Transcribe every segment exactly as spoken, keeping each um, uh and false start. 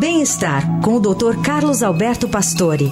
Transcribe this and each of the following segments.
Bem-estar, com o doutor Carlos Alberto Pastore.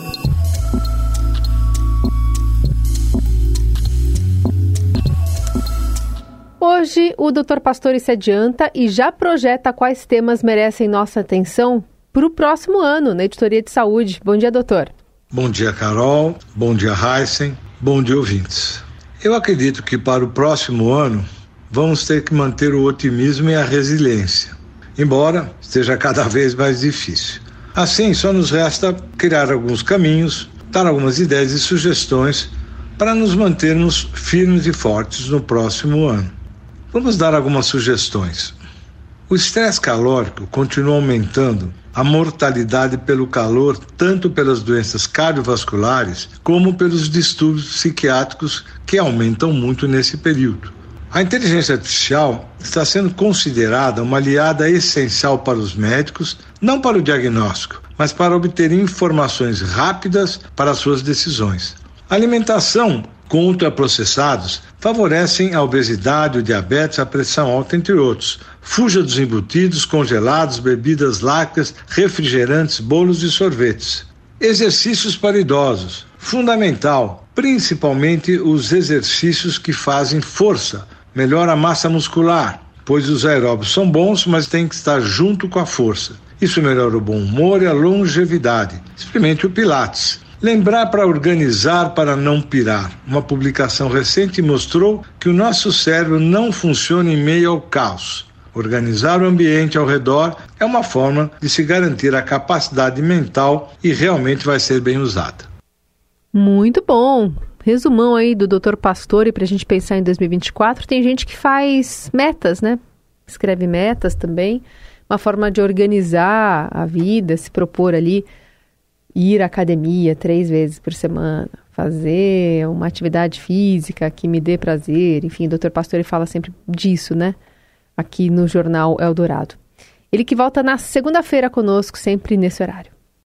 Hoje, o doutor Pastore se adianta e já projeta quais temas merecem nossa atenção para o próximo ano na Editoria de Saúde. Bom dia, doutor. Bom dia, Carol. Bom dia, Heisen. Bom dia, ouvintes. Eu acredito que para o próximo ano vamos ter que manter o otimismo e a resiliência, embora esteja cada vez mais difícil. Assim, só nos resta criar alguns caminhos, dar algumas ideias e sugestões para nos mantermos firmes e fortes no próximo ano. Vamos dar algumas sugestões. O estresse calórico continua aumentando a mortalidade pelo calor, tanto pelas doenças cardiovasculares como pelos distúrbios psiquiátricos que aumentam muito nesse período. A inteligência artificial está sendo considerada uma aliada essencial para os médicos, não para o diagnóstico, mas para obter informações rápidas para as suas decisões. A alimentação com ultraprocessados favorecem a obesidade, o diabetes, a pressão alta, entre outros. Fuja dos embutidos, congelados, bebidas lácteas, refrigerantes, bolos e sorvetes. Exercícios para idosos. Fundamental, principalmente os exercícios que fazem força. Melhora a massa muscular, pois os aeróbios são bons, mas tem que estar junto com a força. Isso melhora o bom humor e a longevidade. Experimente o Pilates. Lembrar para organizar, para não pirar. Uma publicação recente mostrou que o nosso cérebro não funciona em meio ao caos. Organizar o ambiente ao redor é uma forma de se garantir a capacidade mental e realmente vai ser bem usada. Muito bom! Resumão aí do doutor Pastore para a gente pensar em dois mil e vinte e quatro. Tem gente que faz metas, né? Escreve metas também. Uma forma de organizar a vida, se propor ali ir à academia três vezes por semana, fazer uma atividade física que me dê prazer. Enfim, o doutor Pastore fala sempre disso, né? Aqui no Jornal Eldorado. Ele que volta na segunda-feira conosco, sempre nesse horário.